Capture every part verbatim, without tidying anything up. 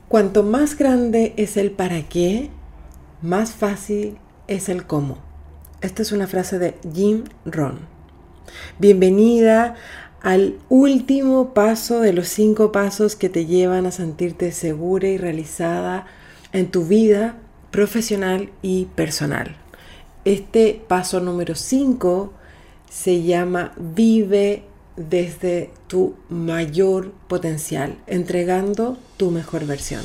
Cuanto más grande es el para qué, más fácil es el cómo. Esta es una frase de Jim Rohn. Bienvenida al último paso de los cinco pasos que te llevan a sentirte segura y realizada en tu vida profesional y personal. Este paso número cinco se llama Vive desde tu mayor potencial, entregando tu mejor versión.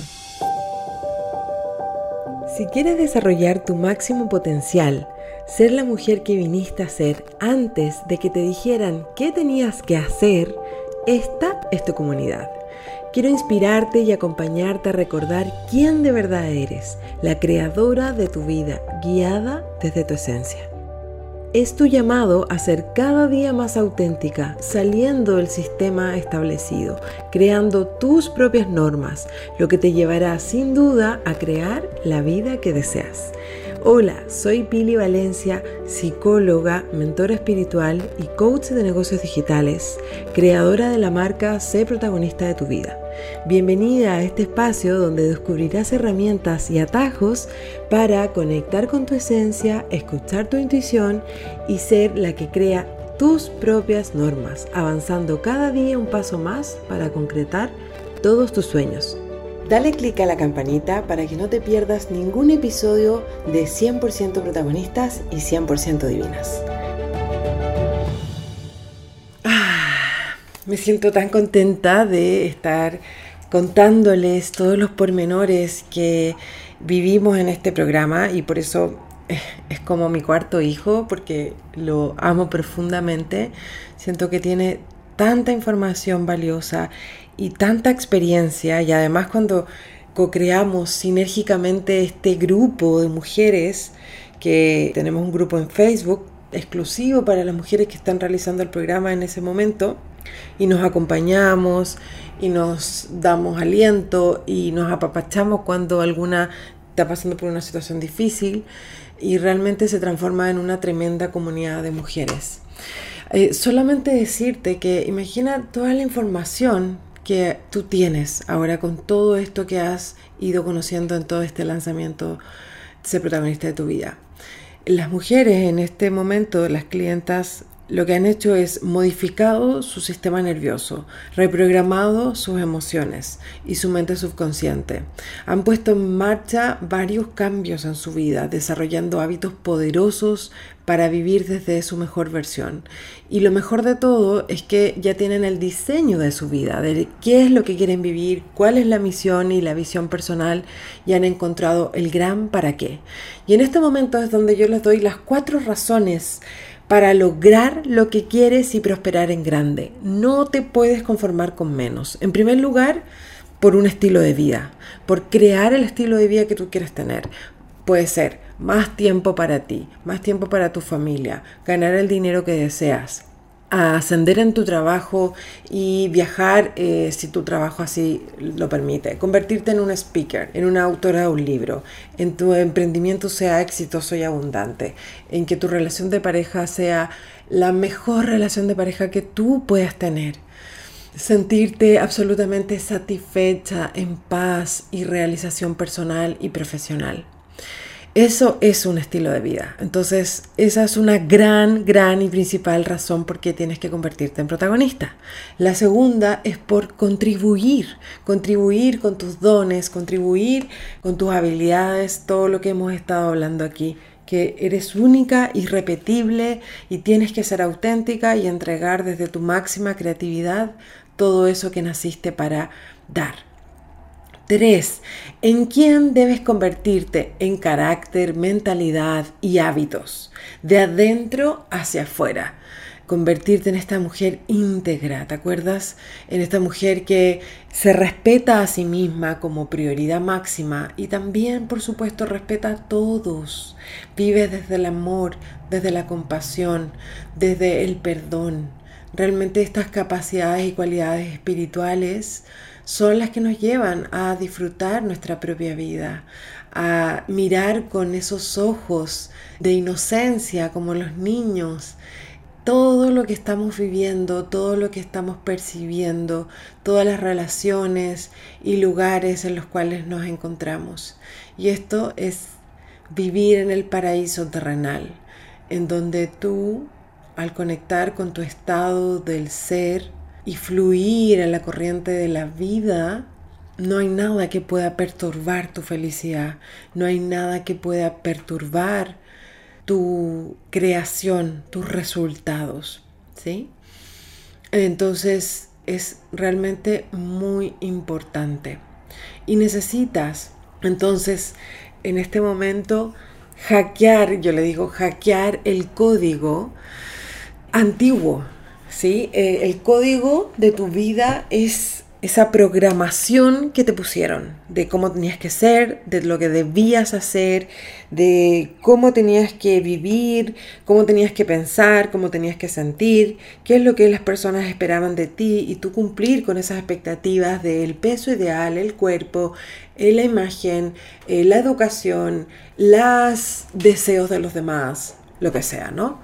Si quieres desarrollar tu máximo potencial, ser la mujer que viniste a ser antes de que te dijeran qué tenías que hacer, esta es tu comunidad. Quiero inspirarte y acompañarte a recordar quién de verdad eres, la creadora de tu vida, guiada desde tu esencia. Es tu llamado a ser cada día más auténtica, saliendo del sistema establecido, creando tus propias normas, lo que te llevará sin duda a crear la vida que deseas. Hola, soy Pili Valencia, psicóloga, mentora espiritual y coach de negocios digitales, creadora de la marca Sé Protagonista de tu Vida. Bienvenida a este espacio donde descubrirás herramientas y atajos para conectar con tu esencia, escuchar tu intuición y ser la que crea tus propias normas, avanzando cada día un paso más para concretar todos tus sueños. Dale clic a la campanita para que no te pierdas ningún episodio de cien por ciento protagonistas y cien por ciento divinas. Ah, me siento tan contenta de estar contándoles todos los pormenores que vivimos en este programa y por eso es como mi cuarto hijo, porque lo amo profundamente. Siento que tiene tanta información valiosa y tanta experiencia, y además cuando co-creamos sinérgicamente este grupo de mujeres, que tenemos un grupo en Facebook exclusivo para las mujeres que están realizando el programa en ese momento, y nos acompañamos y nos damos aliento y nos apapachamos cuando alguna está pasando por una situación difícil, y realmente se transforma en una tremenda comunidad de mujeres. Eh, solamente decirte que imagina toda la información que tú tienes ahora con todo esto que has ido conociendo en todo este lanzamiento, Sé Protagonista de tu Vida. Las mujeres en este momento, las clientas, lo que han hecho es modificado su sistema nervioso, reprogramado sus emociones y su mente subconsciente. Han puesto en marcha varios cambios en su vida, desarrollando hábitos poderosos para vivir desde su mejor versión. Y lo mejor de todo es que ya tienen el diseño de su vida, de qué es lo que quieren vivir, cuál es la misión y la visión personal, y han encontrado el gran para qué. Y en este momento es donde yo les doy las cuatro razones para lograr lo que quieres y prosperar en grande. No te puedes conformar con menos. En primer lugar, por un estilo de vida, por crear el estilo de vida que tú quieres tener. Puede ser más tiempo para ti, más tiempo para tu familia, ganar el dinero que deseas, ascender en tu trabajo y viajar eh, si tu trabajo así lo permite, convertirte en un speaker, en una autora de un libro, en tu emprendimiento sea exitoso y abundante, en que tu relación de pareja sea la mejor relación de pareja que tú puedas tener. Sentirte absolutamente satisfecha, en paz y realización personal y profesional. Eso es un estilo de vida. Entonces, esa es una gran, gran y principal razón por qué tienes que convertirte en protagonista. La segunda es por contribuir, contribuir con tus dones, contribuir con tus habilidades, todo lo que hemos estado hablando aquí, que eres única, irrepetible y tienes que ser auténtica y entregar desde tu máxima creatividad todo eso que naciste para dar. Tres, ¿en quién debes convertirte? En carácter, mentalidad y hábitos, de adentro hacia afuera. Convertirte en esta mujer íntegra, ¿te acuerdas? En esta mujer que se respeta a sí misma como prioridad máxima y también, por supuesto, respeta a todos. Vive desde el amor, desde la compasión, desde el perdón. Realmente estas capacidades y cualidades espirituales son las que nos llevan a disfrutar nuestra propia vida, a mirar con esos ojos de inocencia como los niños todo lo que estamos viviendo, todo lo que estamos percibiendo, todas las relaciones y lugares en los cuales nos encontramos. Y esto es vivir en el paraíso terrenal, en donde tú, al conectar con tu estado del ser y fluir en la corriente de la vida, no hay nada que pueda perturbar tu felicidad, no hay nada que pueda perturbar tu creación, tus resultados, ¿sí? Entonces es realmente muy importante. Y necesitas, entonces, en este momento, hackear, yo le digo hackear el código antiguo, ¿sí? Eh, el código de tu vida es esa programación que te pusieron de cómo tenías que ser, de lo que debías hacer, de cómo tenías que vivir, cómo tenías que pensar, cómo tenías que sentir, qué es lo que las personas esperaban de ti y tú cumplir con esas expectativas del peso ideal, el cuerpo, la imagen, la educación, los deseos de los demás, lo que sea, ¿no?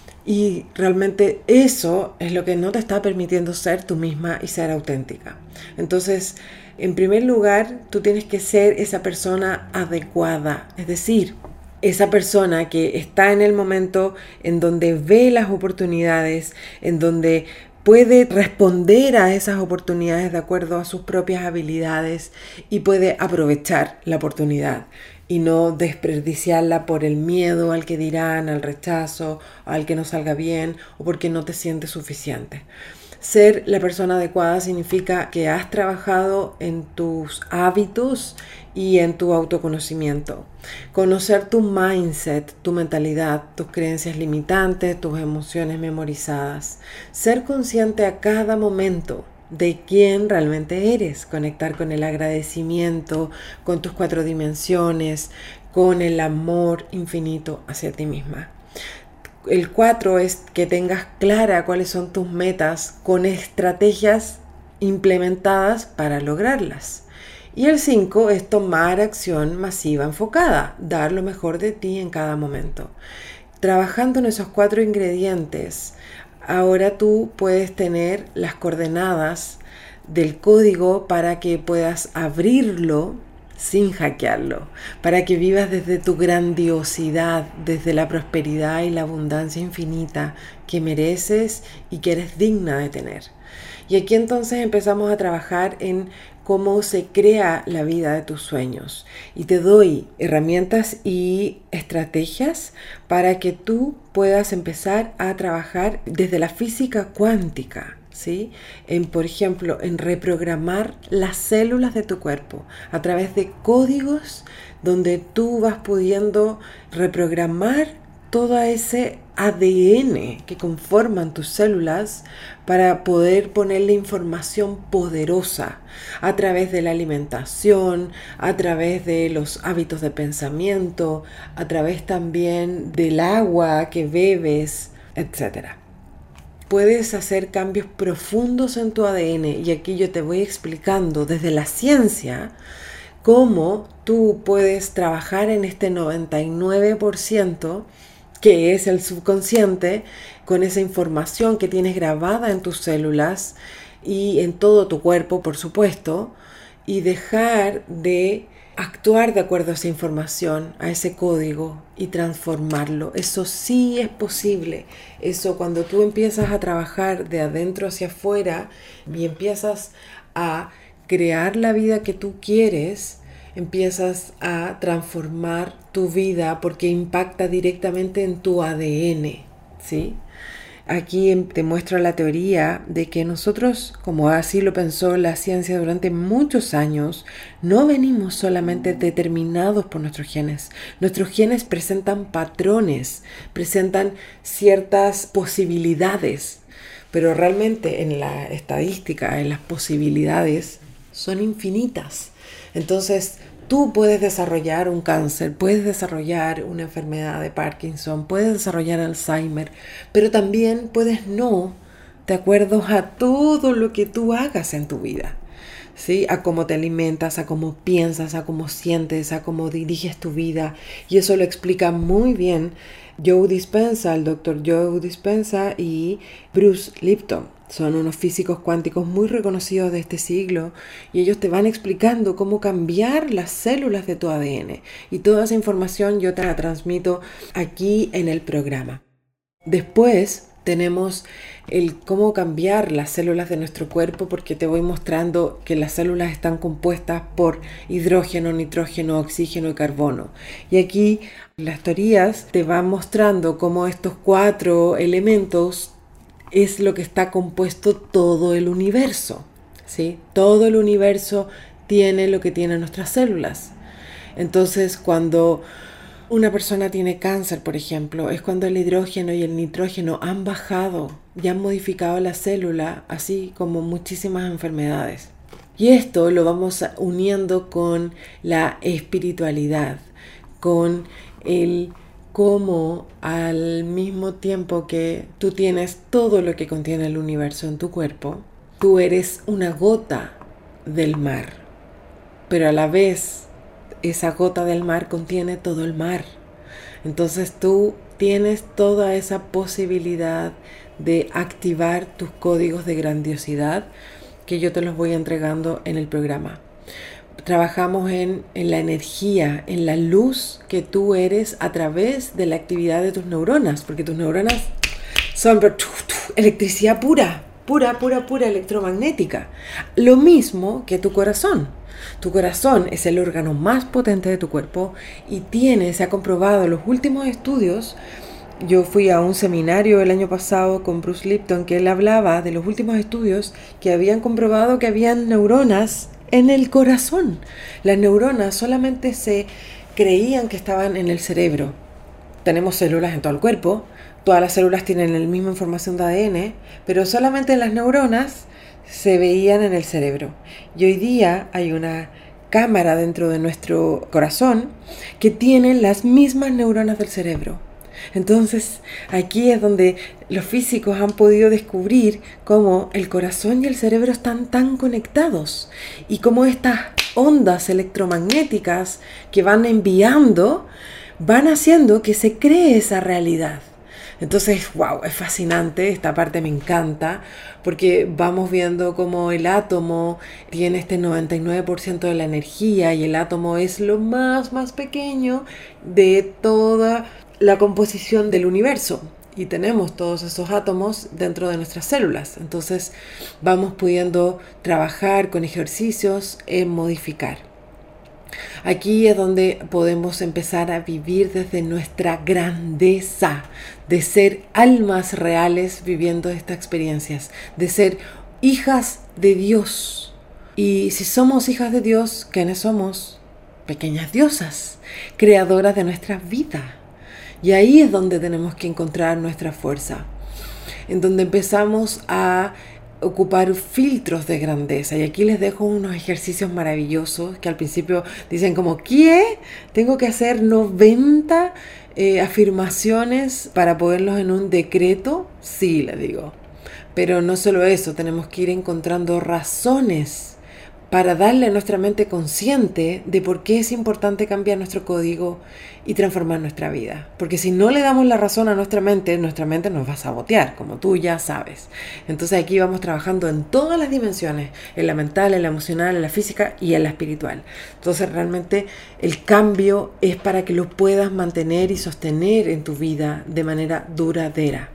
Y realmente eso es lo que no te está permitiendo ser tú misma y ser auténtica. Entonces, en primer lugar, tú tienes que ser esa persona adecuada. Es decir, esa persona que está en el momento en donde ve las oportunidades, en donde puede responder a esas oportunidades de acuerdo a sus propias habilidades y puede aprovechar la oportunidad y no desperdiciarla por el miedo al que dirán, al rechazo, al que no salga bien o porque no te sientes suficiente. Ser la persona adecuada significa que has trabajado en tus hábitos y en tu autoconocimiento. Conocer tu mindset, tu mentalidad, tus creencias limitantes, tus emociones memorizadas. Ser consciente a cada momento de quién realmente eres, conectar con el agradecimiento, con tus cuatro dimensiones, con el amor infinito hacia ti misma. El cuatro es que tengas clara cuáles son tus metas con estrategias implementadas para lograrlas. Y el cinco es tomar acción masiva enfocada, dar lo mejor de ti en cada momento. Trabajando en esos cuatro ingredientes, ahora tú puedes tener las coordenadas del código para que puedas abrirlo sin hackearlo, para que vivas desde tu grandiosidad, desde la prosperidad y la abundancia infinita que mereces y que eres digna de tener. Y aquí entonces empezamos a trabajar en cómo se crea la vida de tus sueños. Y te doy herramientas y estrategias para que tú puedas empezar a trabajar desde la física cuántica, ¿sí? En, por ejemplo, en reprogramar las células de tu cuerpo a través de códigos donde tú vas pudiendo reprogramar todo ese A D N que conforman tus células para poder ponerle información poderosa a través de la alimentación, a través de los hábitos de pensamiento, a través también del agua que bebes, etcétera. Puedes hacer cambios profundos en tu A D N y aquí yo te voy explicando desde la ciencia cómo tú puedes trabajar en este noventa y nueve por ciento que es el subconsciente, con esa información que tienes grabada en tus células y en todo tu cuerpo, por supuesto, y dejar de actuar de acuerdo a esa información, a ese código y transformarlo. Eso sí es posible. Eso cuando tú empiezas a trabajar de adentro hacia afuera y empiezas a crear la vida que tú quieres, empiezas a transformar tu vida porque impacta directamente en tu A D N, ¿sí? Aquí te muestro la teoría de que nosotros, como así lo pensó la ciencia durante muchos años, no venimos solamente determinados por nuestros genes. Nuestros genes presentan patrones, presentan ciertas posibilidades, pero realmente en la estadística, en las posibilidades, son infinitas. Entonces, tú puedes desarrollar un cáncer, puedes desarrollar una enfermedad de Parkinson, puedes desarrollar Alzheimer, pero también puedes no, de acuerdo a todo lo que tú hagas en tu vida. ¿sí? A cómo te alimentas, a cómo piensas, a cómo sientes, a cómo diriges tu vida. Y eso lo explica muy bien Joe Dispenza, el doctor Joe Dispenza y Bruce Lipton. Son unos físicos cuánticos muy reconocidos de este siglo y ellos te van explicando cómo cambiar las células de tu A D N. Y toda esa información yo te la transmito aquí en el programa. Después tenemos el cómo cambiar las células de nuestro cuerpo, porque te voy mostrando que las células están compuestas por hidrógeno, nitrógeno, oxígeno y carbono. Y aquí las teorías te van mostrando cómo estos cuatro elementos es lo que está compuesto todo el universo, ¿sí? Todo el universo tiene lo que tienen nuestras células. Entonces, cuando una persona tiene cáncer, por ejemplo, es cuando el hidrógeno y el nitrógeno han bajado y han modificado la célula, así como muchísimas enfermedades. Y esto lo vamos uniendo con la espiritualidad, con el cómo al mismo tiempo que tú tienes todo lo que contiene el universo en tu cuerpo, tú eres una gota del mar, pero a la vez esa gota del mar contiene todo el mar. Entonces tú tienes toda esa posibilidad de activar tus códigos de grandiosidad que yo te los voy entregando en el programa. Trabajamos en, en la energía, en la luz que tú eres a través de la actividad de tus neuronas, porque tus neuronas son electricidad pura, pura, pura, pura electromagnética. Lo mismo que tu corazón. Tu corazón es el órgano más potente de tu cuerpo y tiene, se ha comprobado en los últimos estudios. Yo fui a un seminario el año pasado con Bruce Lipton que él hablaba de los últimos estudios que habían comprobado que habían neuronas en el corazón. Las neuronas solamente se creían que estaban en el cerebro. Tenemos células en todo el cuerpo, todas las células tienen la misma información de A D N, pero solamente las neuronas se veían en el cerebro. Y hoy día hay una cámara dentro de nuestro corazón que tiene las mismas neuronas del cerebro. Entonces, aquí es donde los físicos han podido descubrir cómo el corazón y el cerebro están tan conectados y cómo estas ondas electromagnéticas que van enviando van haciendo que se cree esa realidad. Entonces, wow, es fascinante, esta parte me encanta, porque vamos viendo cómo el átomo tiene este noventa y nueve por ciento de la energía y el átomo es lo más, más pequeño de toda la composición del universo. Y tenemos todos esos átomos dentro de nuestras células. Entonces, vamos pudiendo trabajar con ejercicios en modificar. Aquí es donde podemos empezar a vivir desde nuestra grandeza, de ser almas reales viviendo estas experiencias, de ser hijas de Dios. Y si somos hijas de Dios, ¿quiénes somos? Pequeñas diosas, creadoras de nuestra vida. Y ahí es donde tenemos que encontrar nuestra fuerza, en donde empezamos a ocupar filtros de grandeza. Y aquí les dejo unos ejercicios maravillosos que al principio dicen como, ¿qué? Tengo que hacer noventa eh, afirmaciones para ponerlos en un decreto. Sí, les digo. Pero no solo eso, tenemos que ir encontrando razones para darle a nuestra mente consciente de por qué es importante cambiar nuestro código y transformar nuestra vida. Porque si no le damos la razón a nuestra mente, nuestra mente nos va a sabotear, como tú ya sabes. Entonces aquí vamos trabajando en todas las dimensiones, en la mental, en la emocional, en la física y en la espiritual. Entonces realmente el cambio es para que lo puedas mantener y sostener en tu vida de manera duradera.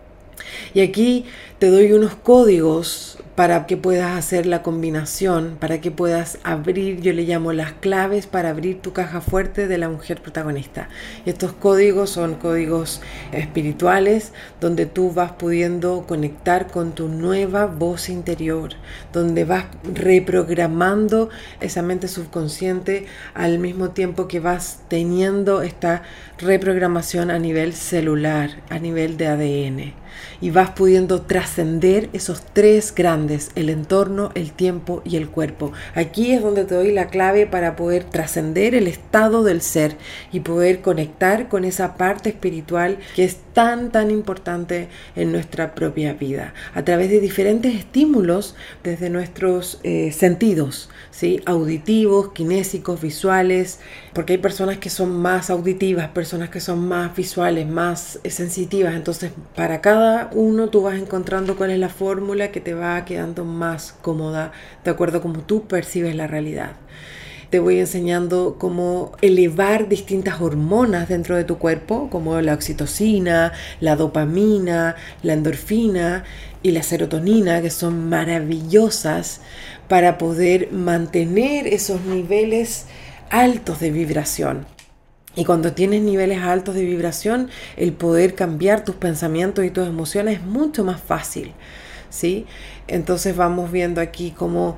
Y aquí te doy unos códigos para que puedas hacer la combinación, para que puedas abrir, yo le llamo las claves para abrir tu caja fuerte de la mujer protagonista. Y estos códigos son códigos espirituales, donde tú vas pudiendo conectar con tu nueva voz interior, donde vas reprogramando esa mente subconsciente al mismo tiempo que vas teniendo esta reprogramación a nivel celular, a nivel de A D N. Y vas pudiendo trascender trascender esos tres grandes, el entorno, el tiempo y el cuerpo. Aquí es donde te doy la clave para poder trascender el estado del ser y poder conectar con esa parte espiritual que es tan, tan importante en nuestra propia vida, a través de diferentes estímulos desde nuestros eh, sentidos, ¿sí? Auditivos, kinésicos, visuales, porque hay personas que son más auditivas, personas que son más visuales, más eh, sensitivas. Entonces, para cada uno tú vas encontrando cuál es la fórmula que te va quedando más cómoda de acuerdo a cómo tú percibes la realidad. Te voy enseñando cómo elevar distintas hormonas dentro de tu cuerpo, como la oxitocina, la dopamina, la endorfina y la serotonina, que son maravillosas para poder mantener esos niveles altos de vibración. Y cuando tienes niveles altos de vibración, el poder cambiar tus pensamientos y tus emociones es mucho más fácil, ¿sí? Entonces vamos viendo aquí cómo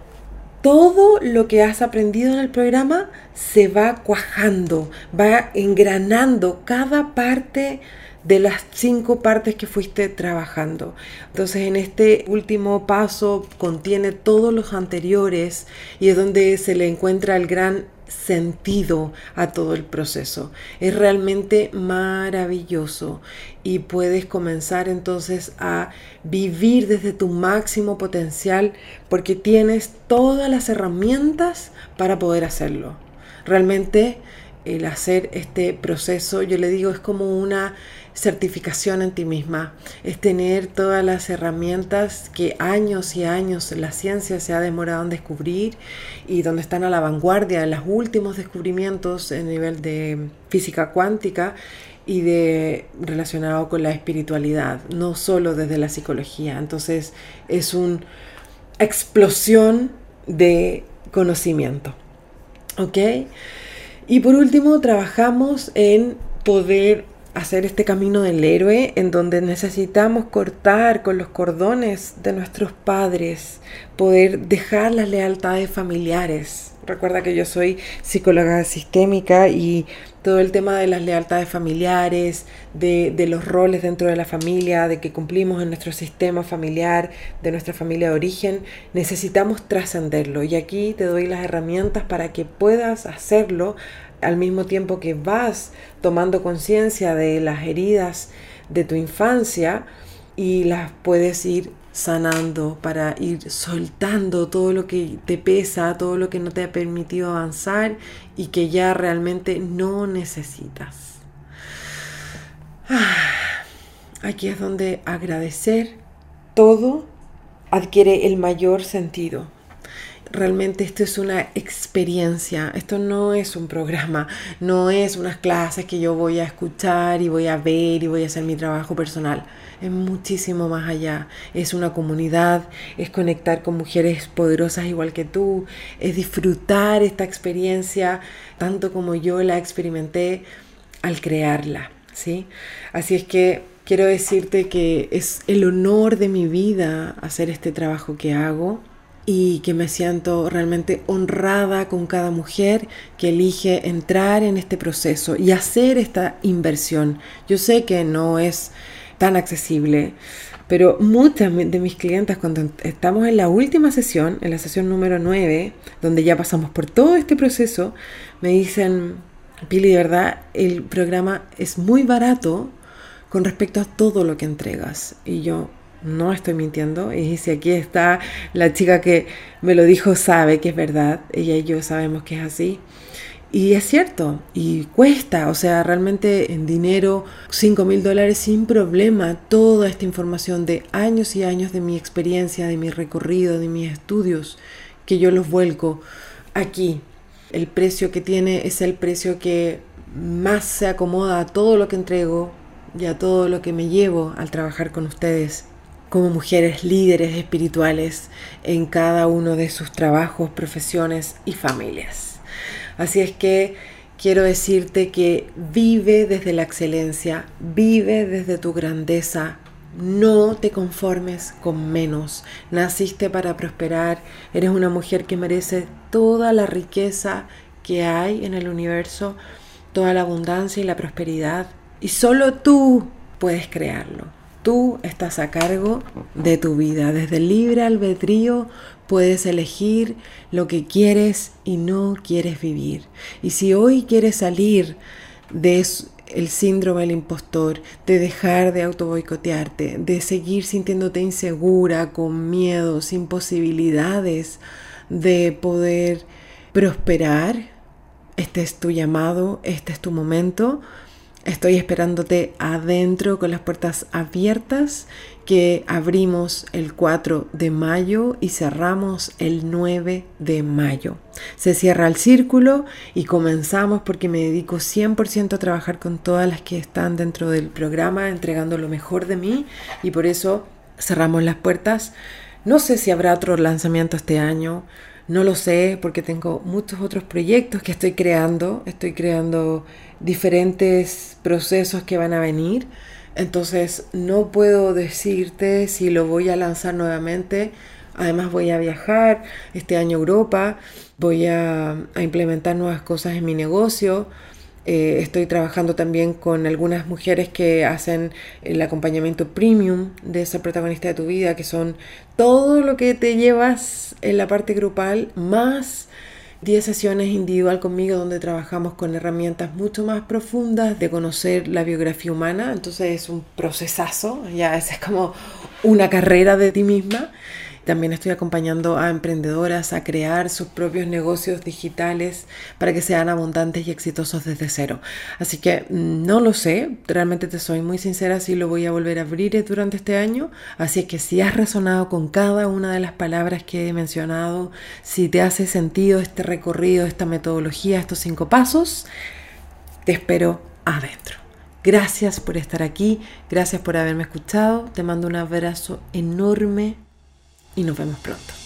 todo lo que has aprendido en el programa se va cuajando, va engranando cada parte de las cinco partes que fuiste trabajando. Entonces, en este último paso contiene todos los anteriores y es donde se le encuentra el gran sentido a todo el proceso. Es realmente maravilloso y puedes comenzar entonces a vivir desde tu máximo potencial porque tienes todas las herramientas para poder hacerlo. Realmente el hacer este proceso, yo le digo, es como una certificación en ti misma, es tener todas las herramientas que años y años la ciencia se ha demorado en descubrir y donde están a la vanguardia en los últimos descubrimientos a nivel de física cuántica y de relacionado con la espiritualidad, no solo desde la psicología. Entonces es una explosión de conocimiento, ¿ok? Y por último trabajamos en poder hacer este camino del héroe en donde necesitamos cortar con los cordones de nuestros padres, poder dejar las lealtades familiares. Recuerda que yo soy psicóloga sistémica y todo el tema de las lealtades familiares, de, de los roles dentro de la familia, de que cumplimos en nuestro sistema familiar, de nuestra familia de origen, necesitamos trascenderlo. Y aquí te doy las herramientas para que puedas hacerlo al mismo tiempo que vas tomando conciencia de las heridas de tu infancia y las puedes ir sanando para ir soltando todo lo que te pesa, todo lo que no te ha permitido avanzar y que ya realmente no necesitas. Aquí es donde agradecer todo adquiere el mayor sentido. Realmente esto es una experiencia, esto no es un programa, no es unas clases que yo voy a escuchar y voy a ver y voy a hacer mi trabajo personal. Es muchísimo más allá, es una comunidad, es conectar con mujeres poderosas igual que tú, es disfrutar esta experiencia tanto como yo la experimenté al crearla, ¿sí? Así es que quiero decirte que es el honor de mi vida hacer este trabajo que hago y que me siento realmente honrada con cada mujer que elige entrar en este proceso y hacer esta inversión. Yo sé que no es tan accesible, pero muchas de mis clientas cuando estamos en la última sesión, en la sesión número nueve, donde ya pasamos por todo este proceso, me dicen: Pili, de verdad, el programa es muy barato con respecto a todo lo que entregas. Y yo no estoy mintiendo, y si aquí está la chica que me lo dijo, sabe que es verdad, ella y yo sabemos que es así, y es cierto, y cuesta, o sea, realmente en dinero, cinco mil dólares sin problema, toda esta información de años y años de mi experiencia, de mi recorrido, de mis estudios, que yo los vuelco aquí. El precio que tiene es el precio que más se acomoda a todo lo que entrego y a todo lo que me llevo al trabajar con ustedes como mujeres líderes espirituales en cada uno de sus trabajos, profesiones y familias. Así es que quiero decirte que vive desde la excelencia, vive desde tu grandeza, no te conformes con menos. Naciste para prosperar, eres una mujer que merece toda la riqueza que hay en el universo, toda la abundancia y la prosperidad, y solo tú puedes crearlo. Tú estás a cargo de tu vida. Desde el libre albedrío puedes elegir lo que quieres y no quieres vivir. Y si hoy quieres salir de el síndrome del impostor, de dejar de autoboicotearte, de seguir sintiéndote insegura, con miedo, sin posibilidades de poder prosperar, este es tu llamado, este es tu momento. Estoy esperándote adentro con las puertas abiertas, que abrimos el cuatro de mayo y cerramos el nueve de mayo. Se cierra el círculo y comenzamos, porque me dedico cien por ciento a trabajar con todas las que están dentro del programa, entregando lo mejor de mí, y por eso cerramos las puertas. No sé si habrá otro lanzamiento este año. No lo sé, porque tengo muchos otros proyectos que estoy creando. Estoy creando diferentes procesos que van a venir. Entonces no puedo decirte si lo voy a lanzar nuevamente. Además voy a viajar este año a Europa. Voy a, a implementar nuevas cosas en mi negocio. Eh, estoy trabajando también con algunas mujeres que hacen el acompañamiento premium de ser protagonista de tu vida, que son todo lo que te llevas en la parte grupal, más diez sesiones individual conmigo, donde trabajamos con herramientas mucho más profundas de conocer la biografía humana. Entonces es un procesazo, ya es como una carrera de ti misma. También estoy acompañando a emprendedoras a crear sus propios negocios digitales para que sean abundantes y exitosos desde cero. Así que no lo sé, realmente te soy muy sincera si lo voy a volver a abrir durante este año. Así que si has resonado con cada una de las palabras que he mencionado, si te hace sentido este recorrido, esta metodología, estos cinco pasos, te espero adentro. Gracias por estar aquí, gracias por haberme escuchado. Te mando un abrazo enorme y nos vemos pronto.